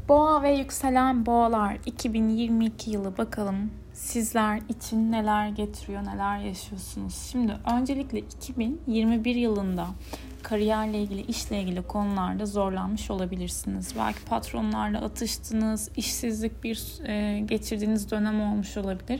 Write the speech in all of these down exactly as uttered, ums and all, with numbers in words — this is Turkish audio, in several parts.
Boğa ve yükselen boğalar iki bin yirmi iki yılı bakalım sizler için neler getiriyor, neler yaşıyorsunuz. Şimdi öncelikle iki bin yirmi bir yılında kariyerle ilgili, işle ilgili konularda zorlanmış olabilirsiniz. Belki patronlarla atıştınız, işsizlik bir e, geçirdiğiniz dönem olmuş olabilir.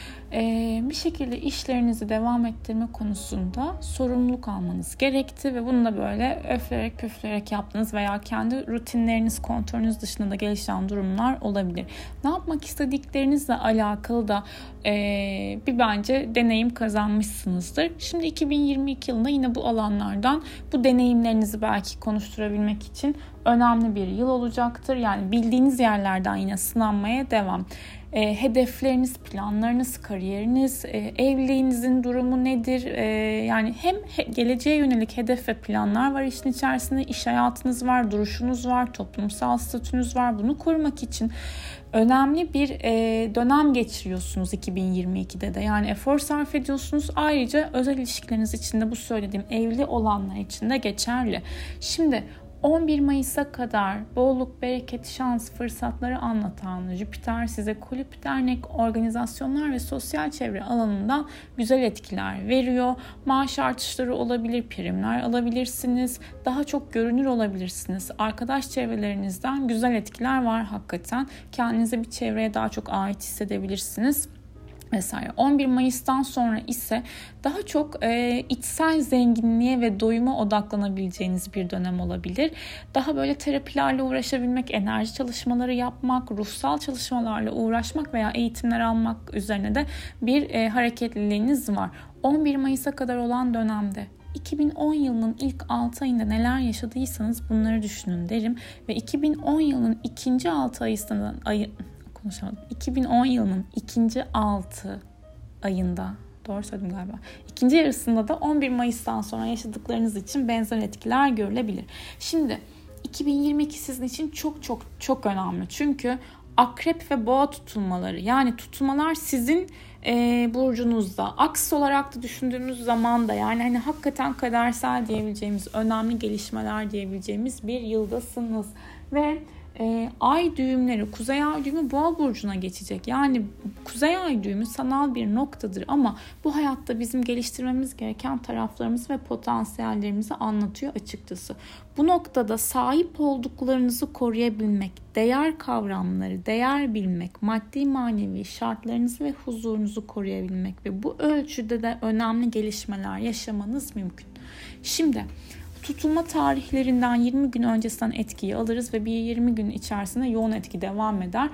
Ee, bir şekilde işlerinizi devam ettirme konusunda sorumluluk almanız gerekti ve bunu da böyle öflerek püflerek yaptınız veya kendi rutinleriniz, kontrolünüz dışında da gelişen durumlar olabilir. Ne yapmak istediklerinizle alakalı da e, bir bence deneyim kazanmışsınızdır. Şimdi iki bin yirmi iki yılında yine bu alanlardan bu deneyimlerinizi belki konuşturabilmek için önemli bir yıl olacaktır. Yani bildiğiniz yerlerden yine sınanmaya devam. E, hedefleriniz, planlarınız, kariyeriniz, e, evliliğinizin durumu nedir? E, yani hem he, geleceğe yönelik hedef ve planlar var işin içerisinde, iş hayatınız var, duruşunuz var, toplumsal statünüz var. Bunu korumak için önemli bir e, dönem geçiriyorsunuz iki bin yirmi ikide de. Yani efor sarf ediyorsunuz. Ayrıca özel ilişkileriniz için de bu söylediğim evli olanlar için de geçerli. Şimdi on bir Mayıs'a kadar bolluk, bereket, şans, fırsatları anlatan Jüpiter size kulüp, dernek, organizasyonlar ve sosyal çevre alanından güzel etkiler veriyor. Maaş artışları olabilir, primler alabilirsiniz, daha çok görünür olabilirsiniz. Arkadaş çevrelerinizden güzel etkiler var hakikaten. Kendinize bir çevreye daha çok ait hissedebilirsiniz vesaire. on bir Mayıs'tan sonra ise daha çok e, içsel zenginliğe ve doyuma odaklanabileceğiniz bir dönem olabilir. Daha böyle terapilerle uğraşabilmek, enerji çalışmaları yapmak, ruhsal çalışmalarla uğraşmak veya eğitimler almak üzerine de bir e, hareketliliğiniz var. on bir Mayıs'a kadar olan dönemde iki bin on yılının ilk altı ayında neler yaşadıysanız bunları düşünün derim ve iki bin on yılının ikinci altı ayından ayı konuşamadım. iki bin on yılının ikinci altı ayında, doğru söyledim galiba, ikinci yarısında da on bir Mayıs'tan sonra yaşadıklarınız için benzer etkiler görülebilir. Şimdi iki bin yirmi iki sizin için çok çok çok önemli. Çünkü akrep ve boğa tutulmaları, yani tutulmalar sizin e, burcunuzda. Aks olarak da düşündüğümüz zaman da yani hani hakikaten kadersel diyebileceğimiz, önemli gelişmeler diyebileceğimiz bir yıldasınız. Ve E, ay düğümleri, kuzey ay düğümü boğa burcuna geçecek. Yani kuzey ay düğümü sanal bir noktadır ama bu hayatta bizim geliştirmemiz gereken taraflarımız ve potansiyellerimizi anlatıyor açıkçası. Bu noktada sahip olduklarınızı koruyabilmek, değer kavramları, değer bilmek, maddi manevi şartlarınızı ve huzurunuzu koruyabilmek ve bu ölçüde de önemli gelişmeler yaşamanız mümkün. Şimdi tutulma tarihlerinden yirmi gün öncesinden etkiyi alırız ve bir yirmi gün içerisinde yoğun etki devam eder.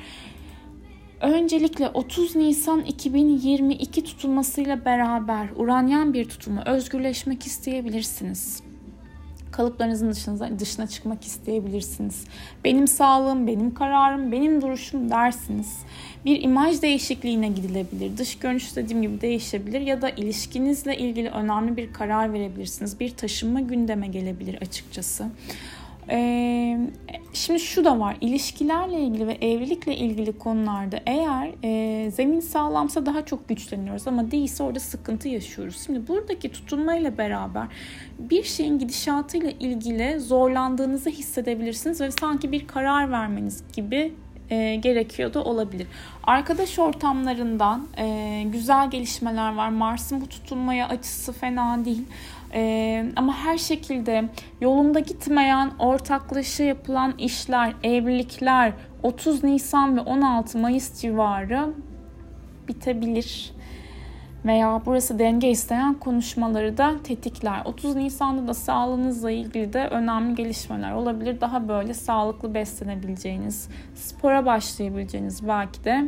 Öncelikle otuz Nisan iki bin yirmi iki tutulmasıyla beraber Uranyen bir tutulma, özgürleşmek isteyebilirsiniz. Kalıplarınızın dışına, dışına çıkmak isteyebilirsiniz. Benim sağlığım, benim kararım, benim duruşum dersiniz. Bir imaj değişikliğine gidilebilir. Dış görünüş dediğim gibi değişebilir ya da ilişkinizle ilgili önemli bir karar verebilirsiniz. Bir taşınma gündeme gelebilir açıkçası. Ee, şimdi şu da var, ilişkilerle ilgili ve evlilikle ilgili konularda eğer e, zemin sağlamsa daha çok güçleniyoruz ama değilse orada sıkıntı yaşıyoruz. Şimdi buradaki tutulmayla beraber bir şeyin gidişatıyla ilgili zorlandığınızı hissedebilirsiniz ve sanki bir karar vermeniz gibi E, gerekiyor da olabilir. Arkadaş ortamlarından e, güzel gelişmeler var. Mars'ın bu tutulmaya açısı fena değil. E, ama her şekilde yolunda gitmeyen, ortaklaşa yapılan işler, evlilikler otuz Nisan ve on altı Mayıs civarı bitebilir. Veya burası denge isteyen konuşmaları da tetikler. otuz Nisan'da da sağlığınızla ilgili de önemli gelişmeler olabilir. Daha böyle sağlıklı beslenebileceğiniz, spora başlayabileceğiniz belki de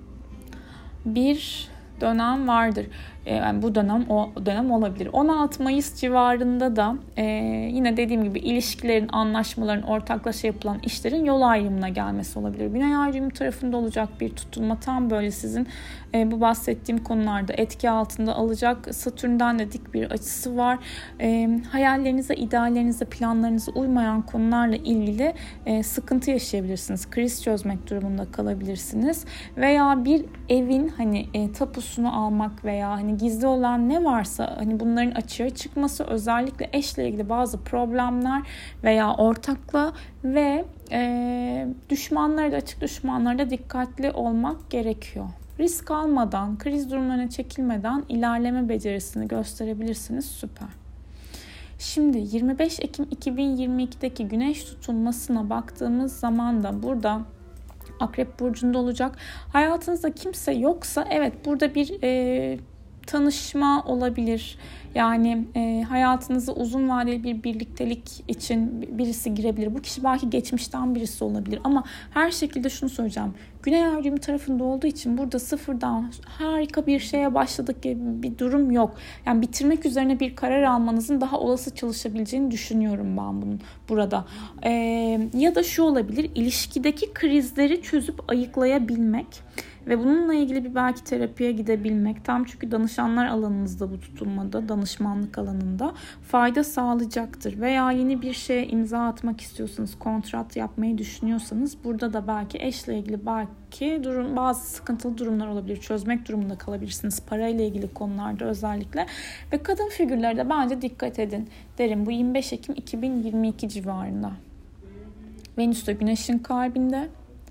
bir dönem vardır. Yani bu dönem o dönem olabilir. on altı Mayıs civarında da e, yine dediğim gibi ilişkilerin, anlaşmaların, ortaklaşa yapılan işlerin yol ayrımına gelmesi olabilir. Güney ay düğümü tarafında olacak bir tutulma tam böyle sizin e, bu bahsettiğim konularda etki altında alacak. Satürn'den de dik bir açısı var. E, hayallerinize, ideallerinize, planlarınıza uymayan konularla ilgili e, sıkıntı yaşayabilirsiniz. Kriz çözmek durumunda kalabilirsiniz. Veya bir evin hani e, tapusunu almak veya hani gizli olan ne varsa hani bunların açığa çıkması, özellikle eşle ilgili bazı problemler veya ortakla ve e, düşmanlara da, açık düşmanlara da dikkatli olmak gerekiyor. Risk almadan, kriz durumlarına çekilmeden ilerleme becerisini gösterebilirsiniz. Süper. Şimdi yirmi beş Ekim iki bin yirmi ikideki güneş tutulmasına baktığımız zaman da burada Akrep Burcu'nda olacak. Hayatınızda kimse yoksa evet burada bir e, tanışma olabilir. Yani e, hayatınıza uzun vadeli bir birliktelik için birisi girebilir. Bu kişi belki geçmişten birisi olabilir. Ama her şekilde şunu söyleyeceğim. Güney ay düğümü tarafında olduğu için burada sıfırdan harika bir şeye başladık gibi bir durum yok. Yani bitirmek üzerine bir karar almanızın daha olası çalışabileceğini düşünüyorum ben bunun burada. E, ya da şu olabilir. İlişkideki krizleri çözüp ayıklayabilmek ve bununla ilgili bir belki terapiye gidebilmek. Tam çünkü danışanlar alanınızda bu tutulmada, danışmanlık alanında fayda sağlayacaktır. Veya yeni bir şeye imza atmak istiyorsanız, kontrat yapmayı düşünüyorsanız burada da belki eşle ilgili belki durum, bazı sıkıntılı durumlar olabilir. Çözmek durumunda kalabilirsiniz. Parayla ilgili konularda özellikle. Ve kadın figürlere de bence dikkat edin derim. Bu yirmi beş Ekim iki bin yirmi iki civarında. Venüs de Güneş'in kalbinde.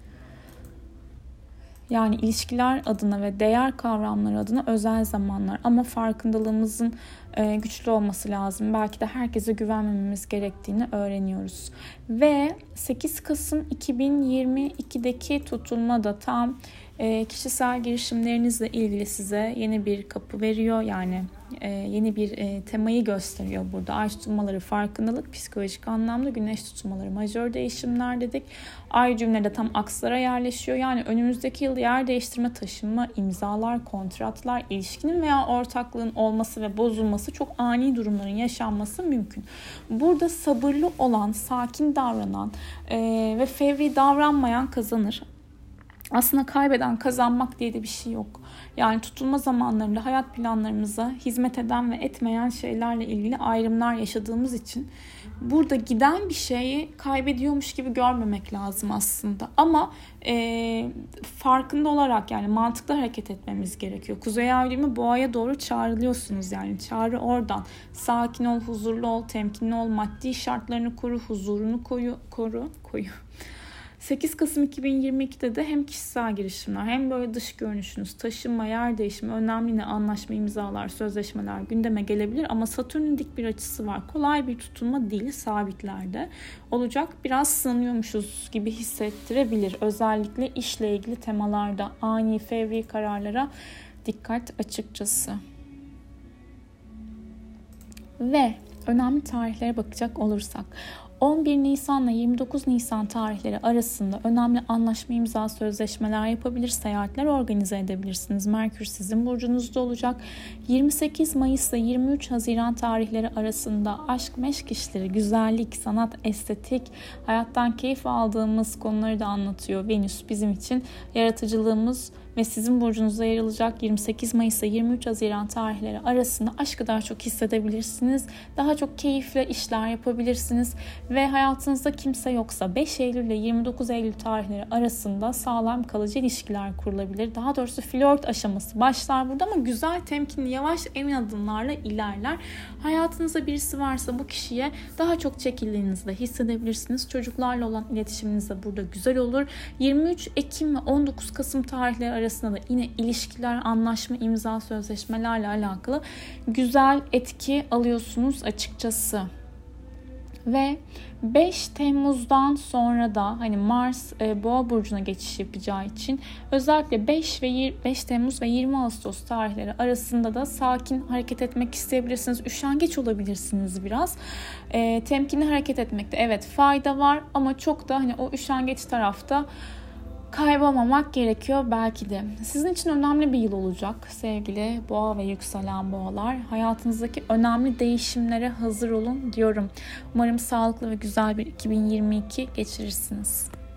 Yani ilişkiler adına ve değer kavramları adına özel zamanlar. Ama farkındalığımızın e, güçlü olması lazım. Belki de herkese güvenmememiz gerektiğini öğreniyoruz. Ve sekiz Kasım iki bin yirmi ikideki tutulma da tam e, kişisel girişimlerinizle ilgili size yeni bir kapı veriyor. Yani e, yeni bir e, temayı gösteriyor burada. Ay tutulmaları farkındalık, psikolojik anlamda, güneş tutulmaları majör değişimler dedik. Ay düğümleri de tam akslara yerleşiyor. Yani önümüzdeki yıl yer değiştirme, taşınma, imzalar, kontratlar, ilişkinin veya ortaklığın olması ve bozulması, çok ani durumların yaşanması mümkün. Burada sabırlı olan, sakin davranan e, ve fevri davranmayan kazanır. Aslında kaybeden, kazanmak diye de bir şey yok. Yani tutulma zamanlarında hayat planlarımıza hizmet eden ve etmeyen şeylerle ilgili ayrımlar yaşadığımız için burada giden bir şeyi kaybediyormuş gibi görmemek lazım aslında. Ama e, farkında olarak, yani mantıklı hareket etmemiz gerekiyor. Kuzey ay düğümü boğaya doğru çağrılıyorsunuz, yani çağrı oradan. Sakin ol, huzurlu ol, temkinli ol, maddi şartlarını koru, huzurunu koyu, koru, koyu. sekiz Kasım iki bin yirmi ikide de hem kişisel girişimler hem böyle dış görünüşünüz, taşınma, yer değişimi, önemli ne anlaşma, imzalar, sözleşmeler gündeme gelebilir. Ama Satürn'ün dik bir açısı var. Kolay bir tutulma değil, sabitlerde olacak. Biraz sınanıyormuşuz gibi hissettirebilir. Özellikle işle ilgili temalarda ani, fevri kararlara dikkat açıkçası. Ve önemli tarihlere bakacak olursak, on bir Nisan ile yirmi dokuz Nisan tarihleri arasında önemli anlaşma, imza, sözleşmeler yapabilir, seyahatler organize edebilirsiniz. Merkür sizin burcunuzda olacak. yirmi sekiz Mayıs ile yirmi üç Haziran tarihleri arasında aşk, meşk işleri, güzellik, sanat, estetik, hayattan keyif aldığımız konuları da anlatıyor. Venüs bizim için yaratıcılığımız ve sizin burcunuzda yer alacak. yirmi sekiz Mayıs ile yirmi üç Haziran tarihleri arasında aşkı daha çok hissedebilirsiniz. Daha çok keyifle işler yapabilirsiniz. Ve hayatınızda kimse yoksa beş Eylül ile yirmi dokuz Eylül tarihleri arasında sağlam kalıcı ilişkiler kurulabilir. Daha doğrusu flört aşaması başlar burada ama güzel, temkinli, yavaş, emin adımlarla ilerler. Hayatınızda birisi varsa bu kişiye daha çok çekildiğinizi de hissedebilirsiniz. Çocuklarla olan iletişiminiz de burada güzel olur. yirmi üç Ekim ve on dokuz Kasım tarihleri arasında da yine ilişkiler, anlaşma, imza, sözleşmelerle alakalı güzel etki alıyorsunuz açıkçası. Ve beş Temmuz'dan sonra da hani Mars e, Boğa burcuna geçiş yapacağı için özellikle beş ve beş Temmuz ve yirmi Ağustos tarihleri arasında da sakin hareket etmek isteyebilirsiniz. Üşengeç olabilirsiniz biraz. E, temkinli hareket etmekte evet fayda var ama çok da hani o üşengeç tarafta kaybolmamak gerekiyor belki de. Sizin için önemli bir yıl olacak sevgili boğa ve yükselen boğalar. Hayatınızdaki önemli değişimlere hazır olun diyorum. Umarım sağlıklı ve güzel bir iki bin yirmi iki geçirirsiniz.